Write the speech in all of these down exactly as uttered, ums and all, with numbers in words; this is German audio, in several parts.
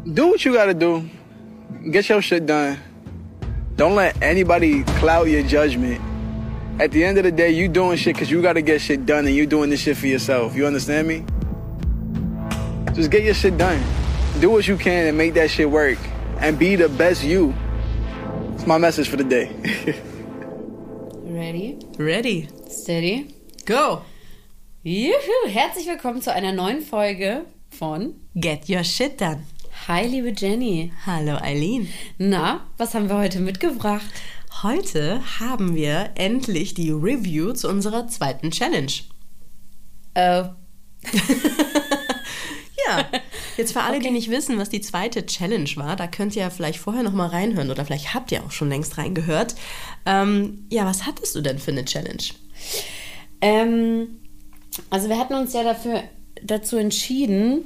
do what you gotta do. Get your shit done. Don't let anybody cloud your judgment. At the end of the day, you doing shit because you gotta get shit done and you doing this shit for yourself. You understand me? Just get your shit done. Do what you can and make that shit work. And be the best you. It's my message for the day. Ready? Ready. Steady. Go. Juhu. Herzlich willkommen zu einer neuen Folge von Get Your Shit Done. Hi, liebe Jenny. Hallo, Eileen. Na, was haben wir heute mitgebracht? Heute haben wir endlich die Review zu unserer zweiten Challenge. Äh. Ja, jetzt für alle, Okay. die nicht wissen, was die zweite Challenge war, da könnt ihr vielleicht vorher noch mal reinhören oder vielleicht habt ihr auch schon längst reingehört. Ähm, ja, was hattest du denn für eine Challenge? Ähm, also wir hatten uns ja dafür, dazu entschieden,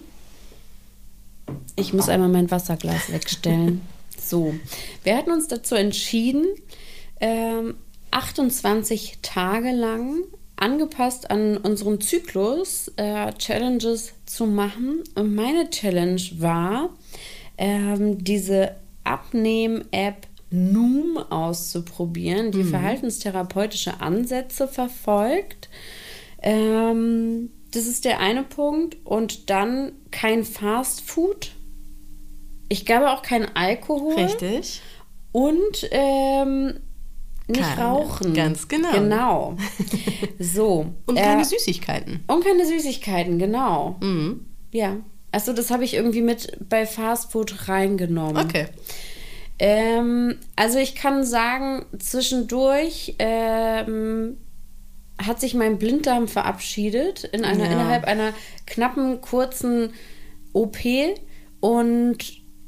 ich muss einmal mein Wasserglas wegstellen. So, wir hatten uns dazu entschieden, ähm, achtundzwanzig Tage lang angepasst an unseren Zyklus äh, Challenges zu machen. Und meine Challenge war, ähm, diese Abnehm-App Noom auszuprobieren, die verhaltenstherapeutische Ansätze verfolgt. Ähm, das ist der eine Punkt. Und dann kein Fast Food. Ich glaube auch kein Alkohol. Richtig. Und ähm, nicht Keine. rauchen. Ganz genau. Genau. So. Und äh, keine Süßigkeiten. Und keine Süßigkeiten, genau. Mhm. Ja. Achso, das habe ich irgendwie mit bei Fast Food reingenommen. Okay. Ähm, also ich kann sagen, zwischendurch ähm, hat sich mein Blinddarm verabschiedet in einer, Ja. innerhalb einer knappen, kurzen O P und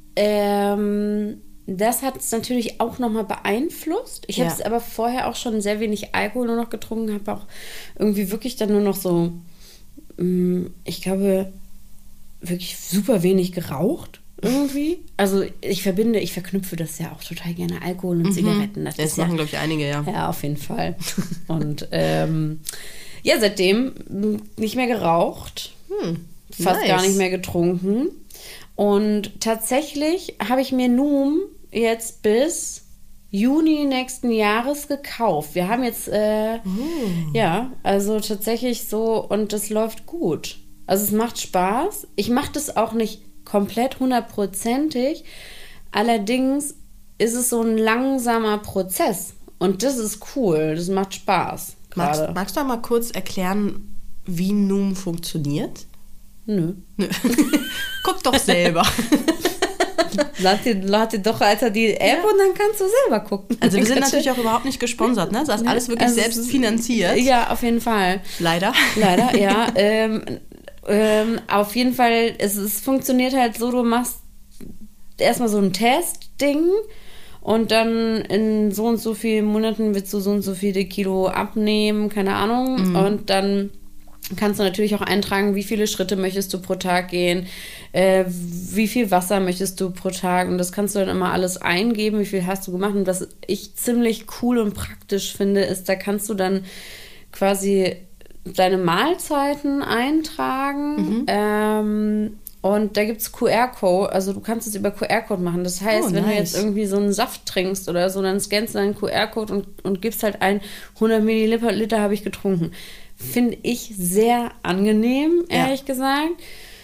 ähm, das hat es natürlich auch nochmal beeinflusst. Ich Ja. habe es aber vorher auch schon sehr wenig Alkohol nur noch getrunken, habe auch irgendwie wirklich dann nur noch so, mh, ich glaube, wirklich super wenig geraucht irgendwie. Also ich verbinde, ich verknüpfe das ja auch total gerne, Alkohol und Zigaretten. Das, Das ist machen, ja, glaube ich, einige, ja. ja, auf jeden Fall. Und ähm, ja, seitdem mh, nicht mehr geraucht, Hm, fast nice. gar nicht mehr getrunken. Und tatsächlich habe ich mir Noom jetzt bis Juni nächsten Jahres gekauft. Wir haben jetzt, äh, ja, also tatsächlich so, und das läuft gut. Also es macht Spaß. Ich mache das auch nicht komplett hundertprozentig. Allerdings ist es so ein langsamer Prozess. Und das ist cool. Das macht Spaß. Magst, gerade. magst du mal kurz erklären, wie Noom funktioniert? Nö. Nö. Guck doch selber. Lad dir, lad dir doch Alter die App und dann kannst du selber gucken. Also wir sind Kannst natürlich du- auch überhaupt nicht gesponsert, ne? Das ist alles wirklich Also es selbst ist- finanziert. Ja, auf jeden Fall. Leider. Leider, ja. ähm, ähm, auf jeden Fall, es, es funktioniert halt so, du machst erstmal so ein Testding und dann in so und so vielen Monaten willst du so und so viele Kilo abnehmen, keine Ahnung. Und dann kannst du natürlich auch eintragen, wie viele Schritte möchtest du pro Tag gehen, äh, wie viel Wasser möchtest du pro Tag, und das kannst du dann immer alles eingeben, wie viel hast du gemacht. Und was ich ziemlich cool und praktisch finde, ist, da kannst du dann quasi deine Mahlzeiten eintragen, ähm, und da gibt es Q R-Code, also du kannst es über Q R-Code machen. Das heißt, Oh, wenn du nice. jetzt irgendwie so einen Saft trinkst oder so, dann scannst du deinen Q R-Code und, und gibst halt ein, hundert Milliliter Liter habe ich getrunken. Finde ich sehr angenehm, Ja. ehrlich gesagt.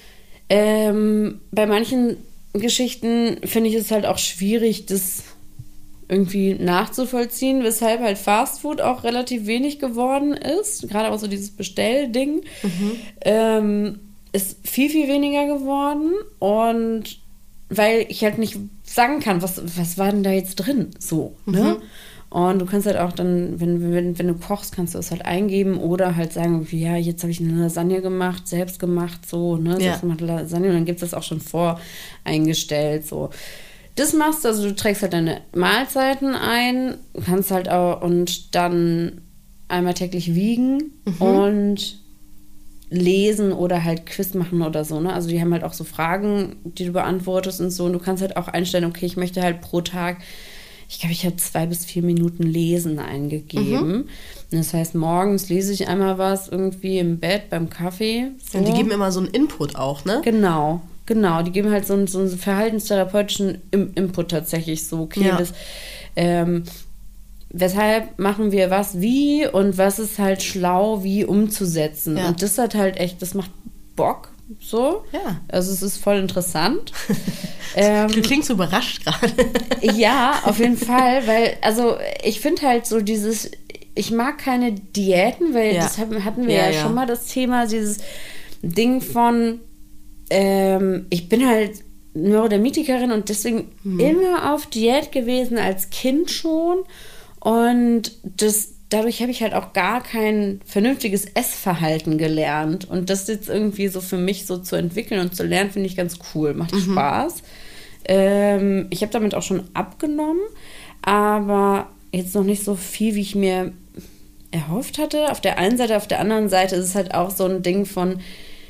Ähm, bei manchen Geschichten finde ich es halt auch schwierig, das irgendwie nachzuvollziehen, weshalb halt Fastfood auch relativ wenig geworden ist. Gerade auch so dieses Bestellding. Ähm, ist viel, viel weniger geworden. Und weil ich halt nicht sagen kann, was, was war denn da jetzt drin? So, ne? Und du kannst halt auch dann, wenn, wenn, wenn du kochst, kannst du es halt eingeben oder halt sagen, wie, ja, jetzt habe ich eine Lasagne gemacht, selbst gemacht, so, ne, Ja. selbstgemachte Lasagne, und dann gibt es das auch schon voreingestellt, so. Das machst du, also du trägst halt deine Mahlzeiten ein, kannst halt auch und dann einmal täglich wiegen und lesen oder halt Quiz machen oder so, ne? Also die haben halt auch so Fragen, die du beantwortest und so, und du kannst halt auch einstellen, okay, ich möchte halt pro Tag, ich glaube, ich habe zwei bis vier Minuten Lesen eingegeben. Und das heißt, morgens lese ich einmal was irgendwie im Bett, beim Kaffee. So. Und die geben immer so einen Input auch, ne? Genau. Genau, die geben halt so einen, so einen verhaltenstherapeutischen Im- Input tatsächlich so. Okay, Ja. das, ähm, weshalb machen wir was wie und was ist halt schlau, wie umzusetzen. Ja. Und das hat halt echt, das macht Bock, so. Ja. Also es ist voll interessant. ähm, Du klingst so überrascht gerade. ja, auf jeden Fall, weil, also ich finde halt so dieses, ich mag keine Diäten, weil Ja. das hatten hatten wir Ja, ja, ja. schon mal das Thema, dieses Ding von, ähm, ich bin halt Neurodermitikerin und deswegen Mhm. immer auf Diät gewesen, als Kind schon. Und das, dadurch habe ich halt auch gar kein vernünftiges Essverhalten gelernt. Und das jetzt irgendwie so für mich so zu entwickeln und zu lernen, finde ich ganz cool. Macht Mhm. Spaß. Ähm, ich habe damit auch schon abgenommen, aber jetzt noch nicht so viel, wie ich mir erhofft hatte. Auf der einen Seite, auf der anderen Seite ist es halt auch so ein Ding von,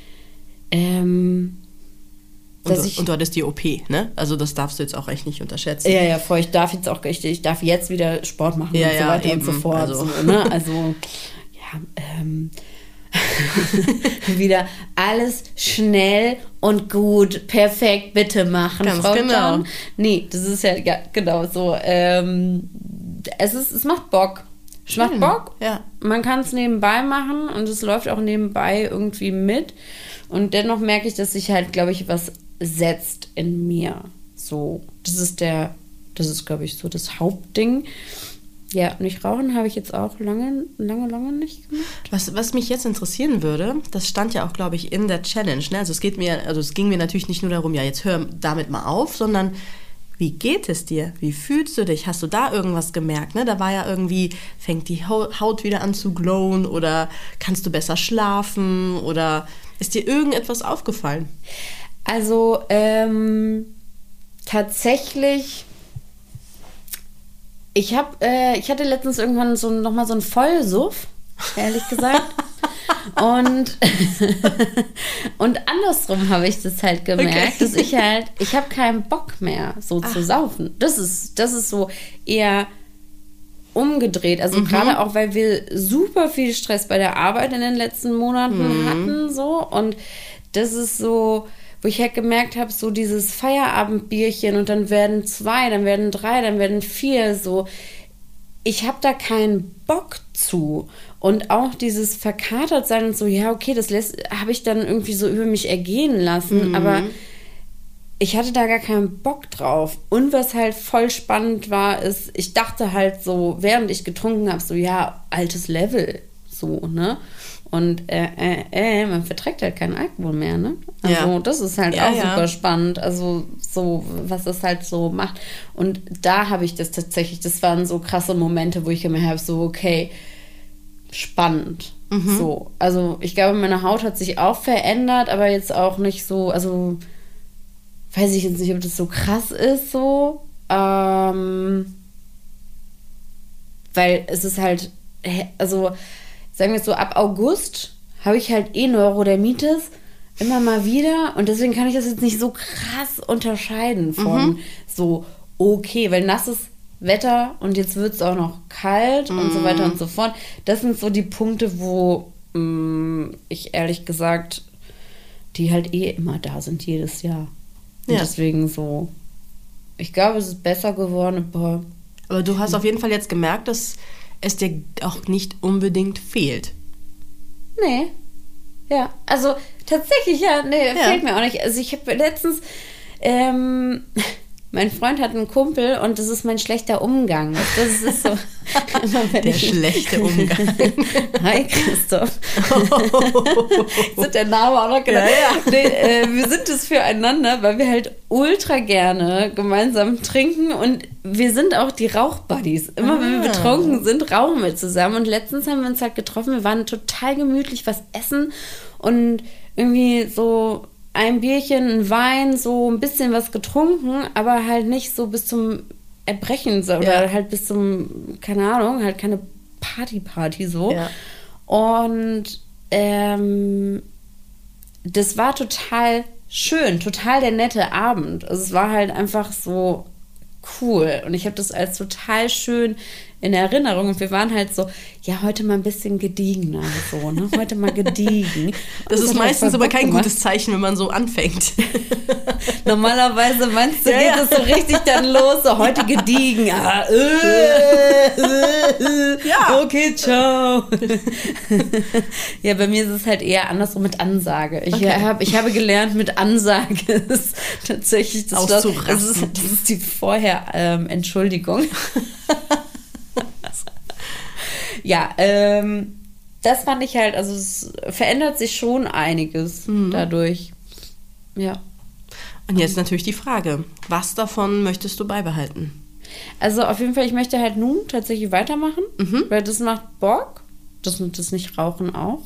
ähm, Und dass du, ich, und du hattest die O P, ne? Also das darfst du jetzt auch echt nicht unterschätzen. ja, ja, voll, ich darf jetzt auch, ich, ich darf jetzt wieder Sport machen Ja, und so ja, weiter eben, und so fort. also. So, ne? Also, ja, ähm, wieder alles schnell und gut, perfekt, bitte machen, Ganz Frau genau. John. Nee, das ist ja, ja genau so. Ähm, es, ist, es macht Bock. Es Schön. macht Bock. Ja. Man kann es nebenbei machen und es läuft auch nebenbei irgendwie mit. Und dennoch merke ich, dass sich halt, glaube ich, was setzt in mir. So, das ist der, das ist, glaube ich, so das Hauptding. Ja, nicht rauchen habe ich jetzt auch lange, lange, lange nicht gemacht. Was, was mich jetzt interessieren würde, das stand ja auch, glaube ich, in der Challenge. Ne? Also es geht mir, also es ging mir natürlich nicht nur darum, ja, jetzt hör damit mal auf, sondern wie geht es dir? Wie fühlst du dich? Hast du da irgendwas gemerkt? Ne? Da war ja irgendwie, fängt die Haut wieder an zu glowen oder kannst du besser schlafen oder ist dir irgendetwas aufgefallen? Also, ähm, tatsächlich, ich habe, äh, ich hatte letztens irgendwann so nochmal so einen Vollsuff, ehrlich gesagt. Und, und andersrum habe ich das halt gemerkt, Okay. dass ich halt, ich habe keinen Bock mehr, so zu saufen. Das ist, das ist so eher umgedreht. Also gerade auch, weil wir super viel Stress bei der Arbeit in den letzten Monaten hatten, so. Und das ist so, wo ich halt gemerkt habe, so dieses Feierabendbierchen und dann werden zwei, dann werden drei, dann werden vier, so. Ich habe da keinen Bock zu. Und auch dieses verkatert sein und so, ja, okay, das habe ich dann irgendwie so über mich ergehen lassen, aber ich hatte da gar keinen Bock drauf. Und was halt voll spannend war, ist, ich dachte halt so, während ich getrunken habe, so, ja, altes Level, so, ne? Und äh, äh, äh, man verträgt halt keinen Alkohol mehr, ne? Also Ja. das ist halt Ja, auch ja. super spannend, also so, was das halt so macht. Und da habe ich das tatsächlich, das waren so krasse Momente, wo ich gemerkt habe, so, okay, spannend. So, also ich glaube, meine Haut hat sich auch verändert, aber jetzt auch nicht so, also weiß ich jetzt nicht, ob das so krass ist, so. Ähm, weil es ist halt, also sagen wir es so, ab August habe ich halt eh Neurodermitis, immer mal wieder. Und deswegen kann ich das jetzt nicht so krass unterscheiden von so, okay, weil nasses Wetter und jetzt wird es auch noch kalt und so weiter und so fort. Das sind so die Punkte, wo mh, ich ehrlich gesagt, die halt eh immer da sind, jedes Jahr. Und Ja. deswegen so, ich glaube, es ist besser geworden, aber Aber du hast auf jeden Fall jetzt gemerkt, dass es dir auch nicht unbedingt fehlt. nee. Ja, also tatsächlich, ja, nee, Ja. fehlt mir auch nicht. Also ich habe letztens, ähm, mein Freund hat einen Kumpel und das ist mein schlechter Umgang. Das ist so. immer wenn Der ich- schlechte Umgang. Hi Christoph. Jetzt hat der Name auch noch genannt. Ja, ja. Nee, äh, wir sind es füreinander, weil wir halt ultra gerne gemeinsam trinken und wir sind auch die Rauchbuddies. Immer wenn wir Ah. betrunken sind, rauchen wir zusammen. Und letztens haben wir uns halt getroffen, wir waren total gemütlich was essen und irgendwie so ein Bierchen, ein Wein, so ein bisschen was getrunken, aber halt nicht so bis zum Erbrechen so, oder Ja. halt bis zum, keine Ahnung, halt keine Party-Party so. Ja. Und ähm, das war total schön, total der nette Abend. Also es war halt einfach so cool. Und ich habe das als total schön in Erinnerung. Und wir waren halt so, ja, heute mal ein bisschen gediegener. So, ne? Heute mal gediegen. Das ist hat meistens halt aber Bock kein gemacht. gutes Zeichen, wenn man so anfängt. Normalerweise meinst du, Ja, geht ja. es so richtig dann los, so heute gediegen. Ah, äh, äh, äh, Ja. Okay, ciao. Ja, bei mir ist es halt eher andersrum mit Ansage. Ich, Okay. hab, ich habe gelernt, mit Ansage ist tatsächlich das, das, Auszurasten. ist, das ist die vorher ähm, Entschuldigung. Ja, ähm, das fand ich halt, also es verändert sich schon einiges Mhm. dadurch. Ja. Und jetzt natürlich die Frage, was davon möchtest du beibehalten? Also auf jeden Fall, ich möchte halt nun tatsächlich weitermachen, Mhm. weil das macht Bock. Das, das nicht rauchen auch.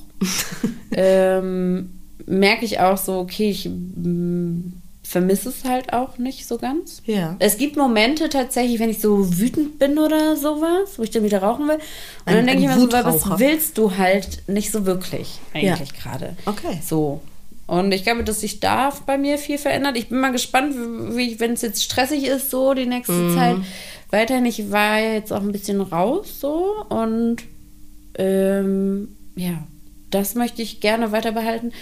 ähm, merke ich auch so, okay, ich mm, vermisse es halt auch nicht so ganz. Ja. Es gibt Momente tatsächlich, wenn ich so wütend bin oder sowas, wo ich dann wieder rauchen will. Und Ein- dann denke ich ein mir so, weil Wutraucher. was willst du halt nicht so wirklich eigentlich gerade. Okay. So. Und ich glaube, dass sich da bei mir viel verändert. Ich bin mal gespannt, wie, wenn es jetzt stressig ist, so die nächste Mhm. Zeit. Weiterhin, ich war jetzt auch ein bisschen raus so und ähm, ja, das möchte ich gerne weiter behalten.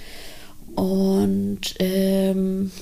Und ähm,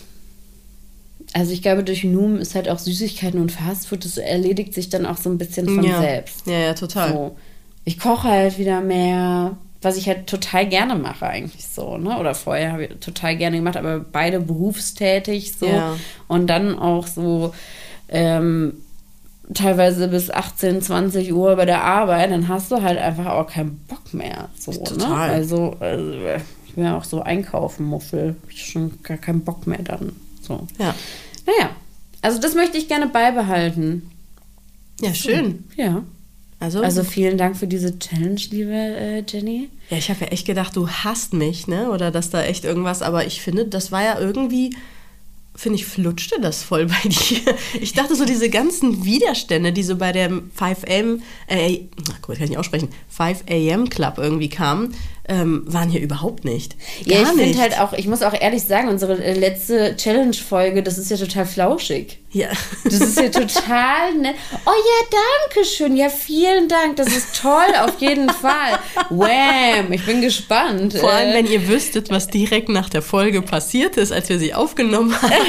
also ich glaube, durch Noom ist halt auch Süßigkeiten und Fastfood, das erledigt sich dann auch so ein bisschen von ja. selbst. Ja, ja, total. So. Ich koche halt wieder mehr, was ich halt total gerne mache eigentlich so, ne? Oder vorher habe ich total gerne gemacht, aber beide berufstätig so. Ja. Und dann auch so ähm, teilweise bis achtzehn, zwanzig Uhr bei der Arbeit, dann hast du halt einfach auch keinen Bock mehr. So, Total. Ne? Also, also ich bin ja auch so einkaufen, Muffel. Ich habe schon gar keinen Bock mehr dann. So. Ja. Naja, also das möchte ich gerne beibehalten. Ja, schön. Ja. Also, Also vielen Dank für diese Challenge, liebe äh, Jenny. ja, ich habe ja echt gedacht, du hasst mich, ne? Oder dass da echt irgendwas, aber ich finde, das war ja irgendwie, finde ich, flutschte das voll bei dir. Ich dachte so, diese ganzen Widerstände, die so bei dem fünf a m, äh, ach gut, kann ich nicht aussprechen, fünf a m Club irgendwie kamen, ähm, waren hier überhaupt nicht. Ja, Gar ich nicht. finde halt auch, ich muss auch ehrlich sagen, unsere äh, letzte Challenge-Folge, das ist ja total flauschig. Ja. Das ist ja total nett. Oh ja, danke schön. Ja, vielen Dank. Das ist toll, auf jeden Fall. Wham, ich bin gespannt. Vor allem, Äh, wenn ihr wüsstet, was direkt nach der Folge passiert ist, als wir sie aufgenommen haben.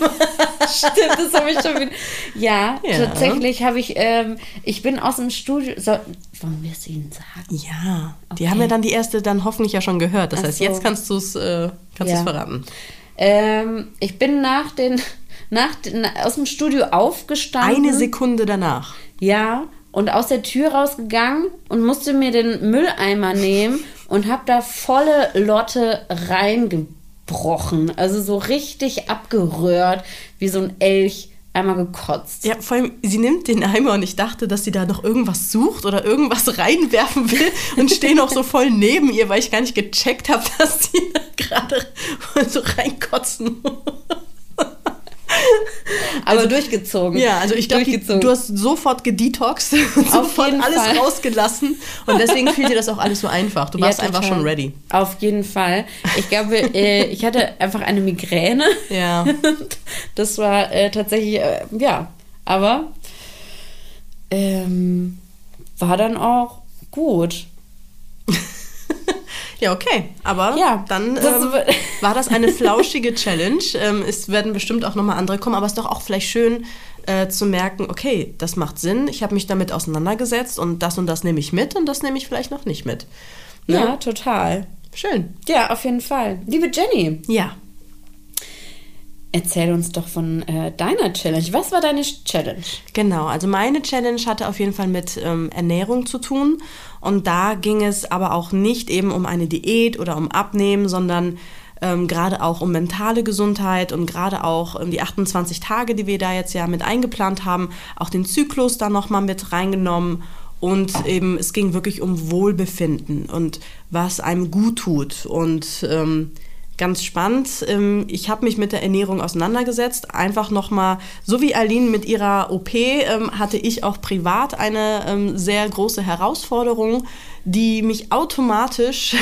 Stimmt, das habe ich schon wieder. Ja, Ja. tatsächlich habe ich, ähm, ich bin aus dem Studio. So, wollen wir es Ihnen sagen? Ja, die Okay. haben ja dann die erste dann hoffentlich ja schon gehört. Das Ach heißt, so. jetzt kannst du es äh, kannst Ja. du's verraten. Ähm, ich bin nach den, nach den, aus dem Studio aufgestanden. Eine Sekunde danach. Ja, und aus der Tür rausgegangen und musste mir den Mülleimer nehmen und habe da volle Lotte reingebrochen. Also so richtig abgerührt, wie so ein Elch, einmal gekotzt. Ja, vor allem, sie nimmt den Eimer und ich dachte, dass sie da noch irgendwas sucht oder irgendwas reinwerfen will und stehe noch so voll neben ihr, weil ich gar nicht gecheckt habe, dass sie da gerade so reinkotzen muss. Aber durchgezogen. Ja, also ich glaube, Durchgezogen. du hast sofort gedetoxt und sofort jeden alles Fall. rausgelassen und deswegen fiel dir das auch alles so einfach. Du Ja, warst einfach total. schon ready. Auf jeden Fall. Ich glaube, äh, ich hatte einfach eine Migräne. Ja. Das war äh, tatsächlich, äh, ja, aber ähm, war dann auch gut. Ja, okay. Aber Ja, dann das ähm, wird- war das eine flauschige Challenge. Ähm, es werden bestimmt auch nochmal andere kommen, aber es ist doch auch vielleicht schön äh, zu merken, okay, das macht Sinn, ich habe mich damit auseinandergesetzt und das und das nehme ich mit und das nehme ich vielleicht noch nicht mit. Ne? Ja, total. Schön. Ja, auf jeden Fall. Liebe Jenny, Ja. erzähl uns doch von äh, deiner Challenge. Was war deine Challenge? Genau, also meine Challenge hatte auf jeden Fall mit ähm, Ernährung zu tun und da ging es aber auch nicht eben um eine Diät oder um Abnehmen, sondern ähm, gerade auch um mentale Gesundheit und gerade auch um die achtundzwanzig Tage, die wir da jetzt ja mit eingeplant haben, auch den Zyklus da nochmal mit reingenommen und eben es ging wirklich um Wohlbefinden und was einem gut tut und ähm, ganz spannend. Ich habe mich mit der Ernährung auseinandergesetzt. Einfach nochmal, so wie Aline mit ihrer O P, hatte ich auch privat eine sehr große Herausforderung, die mich automatisch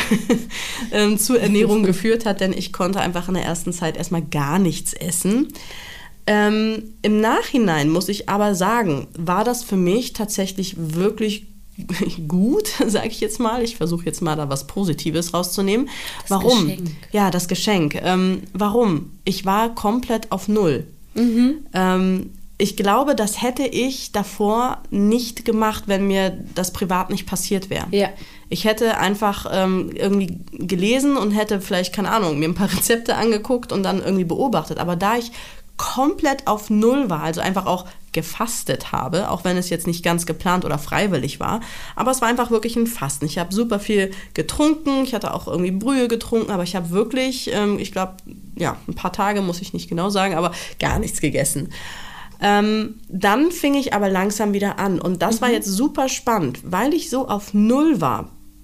zur Ernährung geführt hat, denn ich konnte einfach in der ersten Zeit erstmal gar nichts essen. Ähm, im Nachhinein muss ich aber sagen, war das für mich tatsächlich wirklich gut, sage ich jetzt mal. Ich versuche jetzt mal da was Positives rauszunehmen. Das warum? Geschenk. Ja, das Geschenk. Ähm, warum? Ich war komplett auf Null. Mhm. Ähm, ich glaube, das hätte ich davor nicht gemacht, wenn mir das privat nicht passiert wäre. Ja. Ich hätte einfach ähm, irgendwie gelesen und hätte vielleicht, keine Ahnung, mir ein paar Rezepte angeguckt und dann irgendwie beobachtet. Aber da ich komplett auf Null war, also einfach auch gefastet habe, auch wenn es jetzt nicht ganz geplant oder freiwillig war, aber es war einfach wirklich ein Fasten. Ich habe super viel getrunken, ich hatte auch irgendwie Brühe getrunken, aber ich habe wirklich, ähm, ich glaube, ja, ein paar Tage, muss ich nicht genau sagen, aber gar nichts gegessen. Ähm, dann fing ich aber langsam wieder an und das mhm. war jetzt super spannend, weil ich so auf Null war,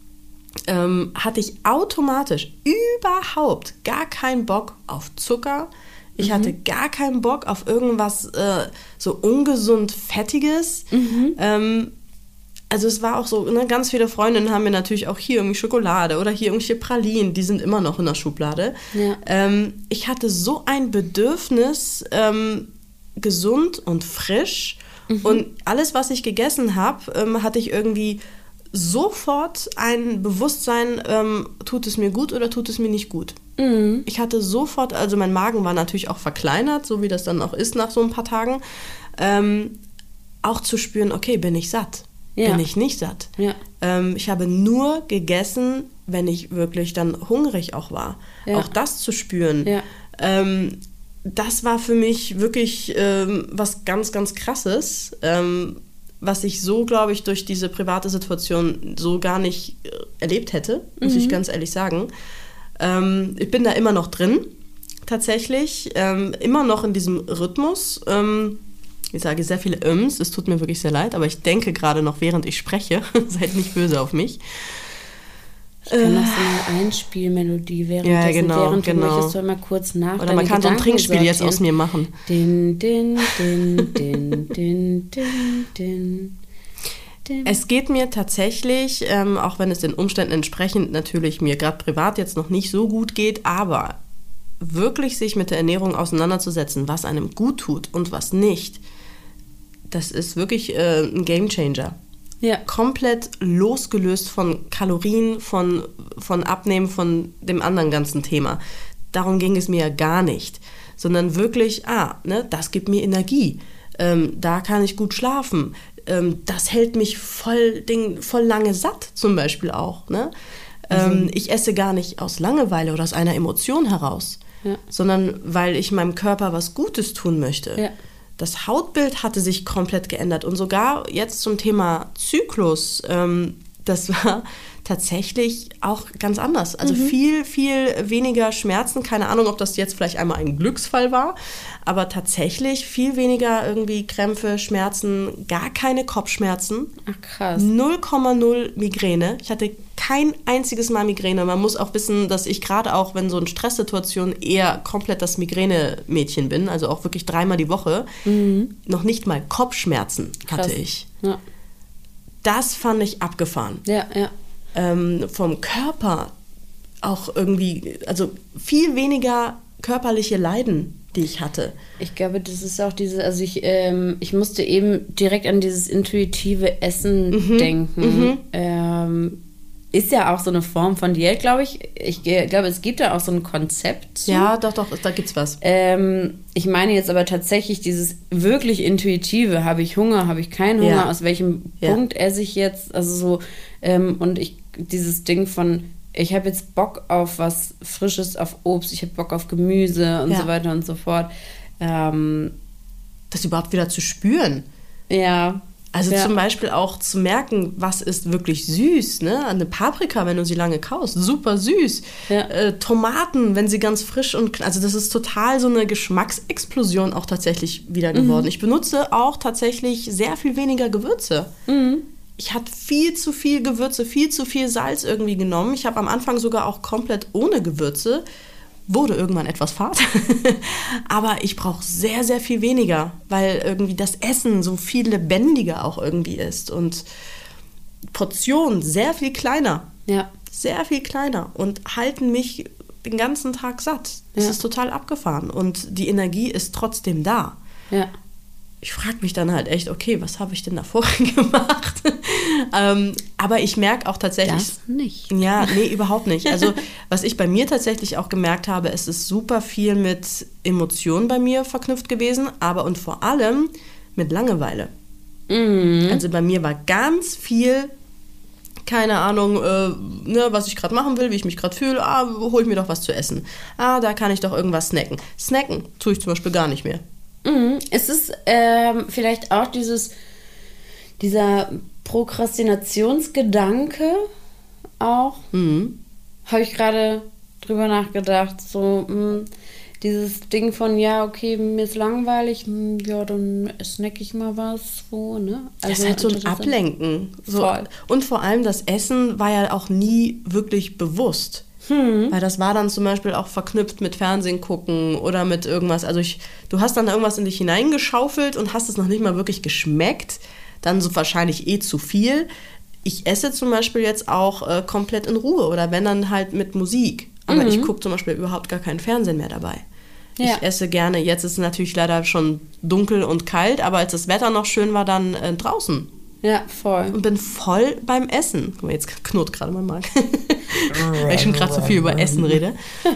ähm, hatte ich automatisch überhaupt gar keinen Bock auf Zucker. Ich mhm. hatte gar keinen Bock auf irgendwas äh, so ungesund Fettiges. Mhm. Ähm, also es war auch so, ne, ganz viele Freundinnen haben mir natürlich auch hier irgendwie Schokolade oder hier irgendwelche Pralinen, die sind immer noch in der Schublade. Ja. Ähm, ich hatte so ein Bedürfnis, ähm, gesund und frisch. Mhm. Und alles, was ich gegessen habe, ähm, hatte ich irgendwie sofort ein Bewusstsein, ähm, tut es mir gut oder tut es mir nicht gut. Mhm. Ich hatte sofort, also mein Magen war natürlich auch verkleinert, so wie das dann auch ist nach so ein paar Tagen, ähm, auch zu spüren, okay, bin ich satt? Ja. Bin ich nicht satt? Ja. Ähm, ich habe nur gegessen, wenn ich wirklich dann hungrig auch war. Ja. Auch das zu spüren. Ja. Ähm, das war für mich wirklich ähm, was ganz, ganz Krasses, ähm, was ich so, glaube ich, durch diese private Situation so gar nicht äh, erlebt hätte, muss mhm. ich ganz ehrlich sagen. Ähm, ich bin da immer noch drin, tatsächlich, ähm, immer noch in diesem Rhythmus. Ähm, ich sage sehr viele Öms, es tut mir wirklich sehr leid, aber ich denke gerade noch, während ich spreche, seid nicht böse auf mich. Ich kann noch so eine Einspielmelodie während, ja, genau, während du genau. möchtest, mal kurz nach. Oder man kann so ein Trinkspiel jetzt aus mir machen. Din, din, din, din, din, din, din. Es geht mir tatsächlich, ähm, auch wenn es den Umständen entsprechend natürlich mir gerade privat jetzt noch nicht so gut geht, aber wirklich sich mit der Ernährung auseinanderzusetzen, was einem gut tut und was nicht, das ist wirklich äh, ein Gamechanger. Ja. Komplett losgelöst von Kalorien, von, von Abnehmen, von dem anderen ganzen Thema. Darum ging es mir ja gar nicht. Sondern wirklich, ah, ne, das gibt mir Energie. Ähm, da kann ich gut schlafen. Ähm, das hält mich voll, Ding, voll lange satt, zum Beispiel auch. Ne? Ähm, mhm. Ich esse gar nicht aus Langeweile oder aus einer Emotion heraus, ja. sondern weil ich meinem Körper was Gutes tun möchte. Ja. Das Hautbild hatte sich komplett geändert und sogar jetzt zum Thema Zyklus, ähm, das war tatsächlich auch ganz anders. Also mhm. viel, viel weniger Schmerzen. Keine Ahnung, ob das jetzt vielleicht einmal ein Glücksfall war, aber tatsächlich viel weniger irgendwie Krämpfe, Schmerzen, gar keine Kopfschmerzen. Ach krass. null Komma null Migräne. Ich hatte kein einziges Mal Migräne. Man muss auch wissen, dass ich gerade auch, wenn so in Stresssituationen eher komplett das Migräne-Mädchen bin, also auch wirklich dreimal die Woche, mhm. noch nicht mal Kopfschmerzen hatte Krass. ich. Ja. Das fand ich abgefahren. Ja, ja. Ähm, vom Körper auch irgendwie, also viel weniger körperliche Leiden, die ich hatte. Ich glaube, das ist auch diese, also ich, ähm, ich musste eben direkt an dieses intuitive Essen mhm. denken. Mhm. Ähm, ist ja auch so eine Form von Diät, glaube ich. Ich glaube, es gibt da auch so ein Konzept zu. Ja, doch, doch, da gibt's was. Ähm, ich meine jetzt aber tatsächlich dieses wirklich intuitive, habe ich Hunger, habe ich keinen Hunger, ja. aus welchem ja. Punkt esse ich jetzt, also so, ähm, und ich, dieses Ding von, ich habe jetzt Bock auf was Frisches, auf Obst, ich habe Bock auf Gemüse und ja. so weiter und so fort. Ähm, das überhaupt wieder zu spüren. Ja. Also ja. zum Beispiel auch zu merken, was ist wirklich süß, ne? Eine Paprika, wenn du sie lange kaust, super süß. Ja. Äh, Tomaten, wenn sie ganz frisch und, also das ist total so eine Geschmacksexplosion auch tatsächlich wieder geworden. Mhm. Ich benutze auch tatsächlich sehr viel weniger Gewürze. Mhm. Ich hatte viel zu viel Gewürze, viel zu viel Salz irgendwie genommen. Ich habe am Anfang sogar auch komplett ohne Gewürze. Wurde irgendwann etwas fad, aber ich brauche sehr, sehr viel weniger, weil irgendwie das Essen so viel lebendiger auch irgendwie ist und Portionen sehr viel kleiner, ja. sehr viel kleiner und halten mich den ganzen Tag satt. Das Ja. ist total abgefahren. Und die Energie ist trotzdem da. Ja. Ich frage mich dann halt echt, okay, was habe ich denn da vorhin gemacht? ähm, aber ich merke auch tatsächlich... Das nicht. Ja, nee, überhaupt nicht. Also was ich bei mir tatsächlich auch gemerkt habe, es ist super viel mit Emotionen bei mir verknüpft gewesen, aber und vor allem mit Langeweile. Mhm. Also bei mir war ganz viel, keine Ahnung, äh, ne, was ich gerade machen will, wie ich mich gerade fühle, ah, hol ich mir doch was zu essen. Ah, da kann ich doch irgendwas snacken. Snacken tue ich zum Beispiel gar nicht mehr. Mhm. Es ist ähm, vielleicht auch dieses, dieser Prokrastinationsgedanke auch, Mhm. habe ich gerade drüber nachgedacht, so mh, dieses Ding von, ja, okay, mir ist langweilig, mh, ja, dann snack ich mal was, so, ne? Das ist halt so ein das ist- Ablenken. So. Voll. Und vor allem das Essen war ja auch nie wirklich bewusst. Hm. Weil das war dann zum Beispiel auch verknüpft mit Fernsehen gucken oder mit irgendwas. Also ich, du hast dann irgendwas in dich hineingeschaufelt und hast es noch nicht mal wirklich geschmeckt. Dann so wahrscheinlich eh zu viel. Ich esse zum Beispiel jetzt auch äh, komplett in Ruhe oder wenn dann halt mit Musik. Aber Mhm. ich gucke zum Beispiel überhaupt gar keinen Fernsehen mehr dabei. Ja. Ich esse gerne, jetzt ist es natürlich leider schon dunkel und kalt, aber als das Wetter noch schön war, dann äh, draußen. Ja, voll. Und bin voll beim Essen. Guck mal, jetzt knurrt gerade mein Magen. Weil ich schon gerade so viel über Essen rede.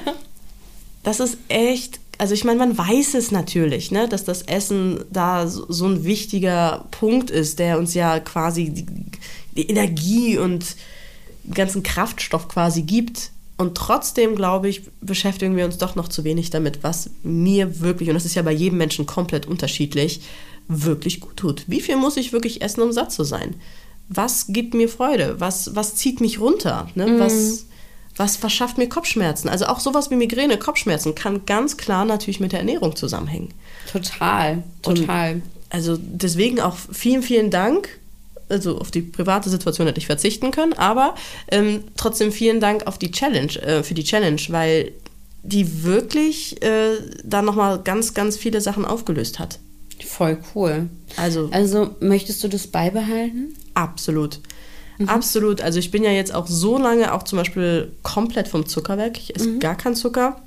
Das ist echt, also ich meine, man weiß es natürlich, ne, dass das Essen da so, so ein wichtiger Punkt ist, der uns ja quasi die, die Energie und den ganzen Kraftstoff quasi gibt. Und trotzdem, glaube ich, beschäftigen wir uns doch noch zu wenig damit, was mir wirklich, und das ist ja bei jedem Menschen komplett unterschiedlich, wirklich gut tut. Wie viel muss ich wirklich essen, um satt zu sein? Was gibt mir Freude? Was, was zieht mich runter? Ne? Mhm. Was, was verschafft mir Kopfschmerzen? Also auch sowas wie Migräne, Kopfschmerzen kann ganz klar natürlich mit der Ernährung zusammenhängen. Total, total. Und also deswegen auch vielen, vielen Dank. Also auf die private Situation hätte ich verzichten können, aber ähm, trotzdem vielen Dank auf die Challenge, äh, für die Challenge, weil die wirklich äh, da nochmal ganz, ganz viele Sachen aufgelöst hat. Voll cool. Also, Also möchtest du das beibehalten? absolut. Absolut. Also ich bin ja jetzt auch so lange auch zum Beispiel komplett vom Zucker weg. Ich esse gar keinen Zucker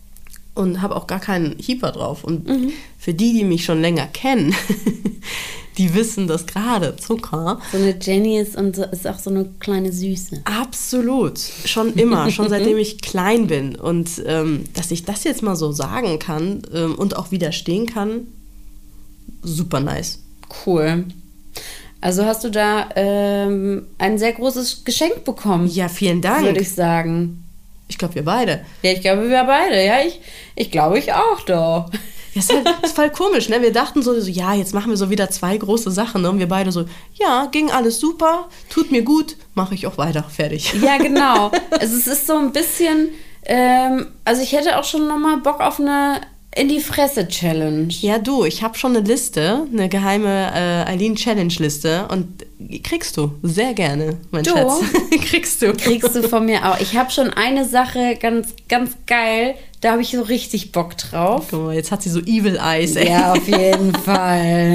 und habe auch gar keinen Hyper drauf. Und für die, die mich schon länger kennen, die wissen, dass gerade Zucker So eine Jenny ist, und so, ist auch so eine kleine Süße. absolut, schon immer, schon seitdem ich klein bin. Und ähm, dass ich das jetzt mal so sagen kann ähm, und auch widerstehen kann, super nice. Cool. Also hast du da ähm, ein sehr großes Geschenk bekommen, Ja, vielen Dank. würde ich sagen. Ich glaube, wir beide. Ja, ich glaube, wir beide. Ja, ich, ich glaube, ich auch doch. Ja, ist halt ist voll komisch, ne? Wir dachten so, so, ja, jetzt machen wir so wieder zwei große Sachen, ne? Und wir beide so, ja, ging alles super, tut mir gut, mache ich auch weiter, fertig. Ja, genau. Also es ist so ein bisschen, ähm, also ich hätte auch schon nochmal Bock auf eine In die Fresse-Challenge. Ja, du, ich habe schon eine Liste, eine geheime äh, Eileen-Challenge-Liste und kriegst du sehr gerne, mein Du? Schatz. kriegst du. Kriegst du von mir auch. Ich habe schon eine Sache ganz, ganz geil, da habe ich so richtig Bock drauf. Guck mal, jetzt hat sie so Evil Eyes, ey. Ja, auf jeden Fall.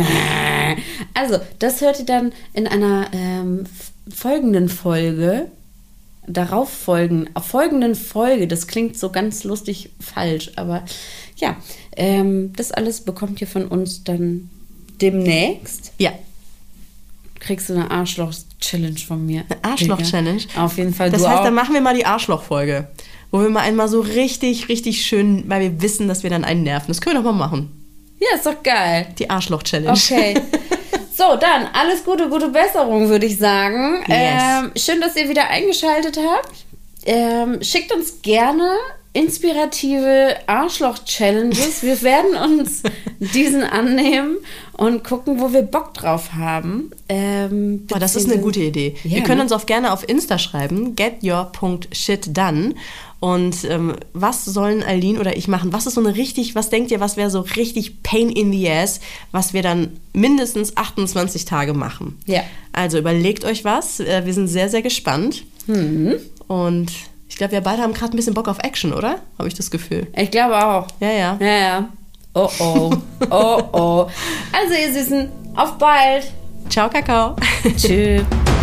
Also, das hört ihr dann in einer ähm, f- folgenden Folge. Darauf folgen, auf folgenden Folge. Das klingt so ganz lustig falsch, aber ja, ähm, das alles bekommt ihr von uns dann demnächst. Ja, Kriegst du eine Arschloch-Challenge von mir. eine Arschloch-Challenge. Digga. Auf jeden Fall. Das du heißt, auch. dann machen wir mal die Arschloch-Folge, wo wir mal einmal so richtig, richtig schön, weil wir wissen, dass wir dann einen nerven. Das können wir doch mal machen. Ja, ist doch geil. Die Arschloch-Challenge. Okay. So, dann alles Gute, gute Besserung, würde ich sagen. Yes. Ähm, schön, dass ihr wieder eingeschaltet habt. Ähm, schickt uns gerne inspirative Arschloch-Challenges. Wir werden uns diesen annehmen und gucken, wo wir Bock drauf haben. Ähm, Oh, das ist eine gute Idee. Ja, Ihr könnt ne? uns auch gerne auf Insta schreiben, get your shit done. Und ähm, was sollen Eileen oder ich machen? Was ist so eine richtig, was denkt ihr, was wäre so richtig pain in the ass, was wir dann mindestens achtundzwanzig Tage machen? Ja. Also überlegt euch was. Äh, Wir sind sehr, sehr gespannt. Mhm. Und ich glaube, wir beide haben gerade ein bisschen Bock auf Action, oder? Habe ich das Gefühl. Ich glaube auch. Ja, ja. Ja, ja. Oh, oh. Oh, oh. Also, ihr Süßen, auf bald. Ciao, Kakao. Tschüss.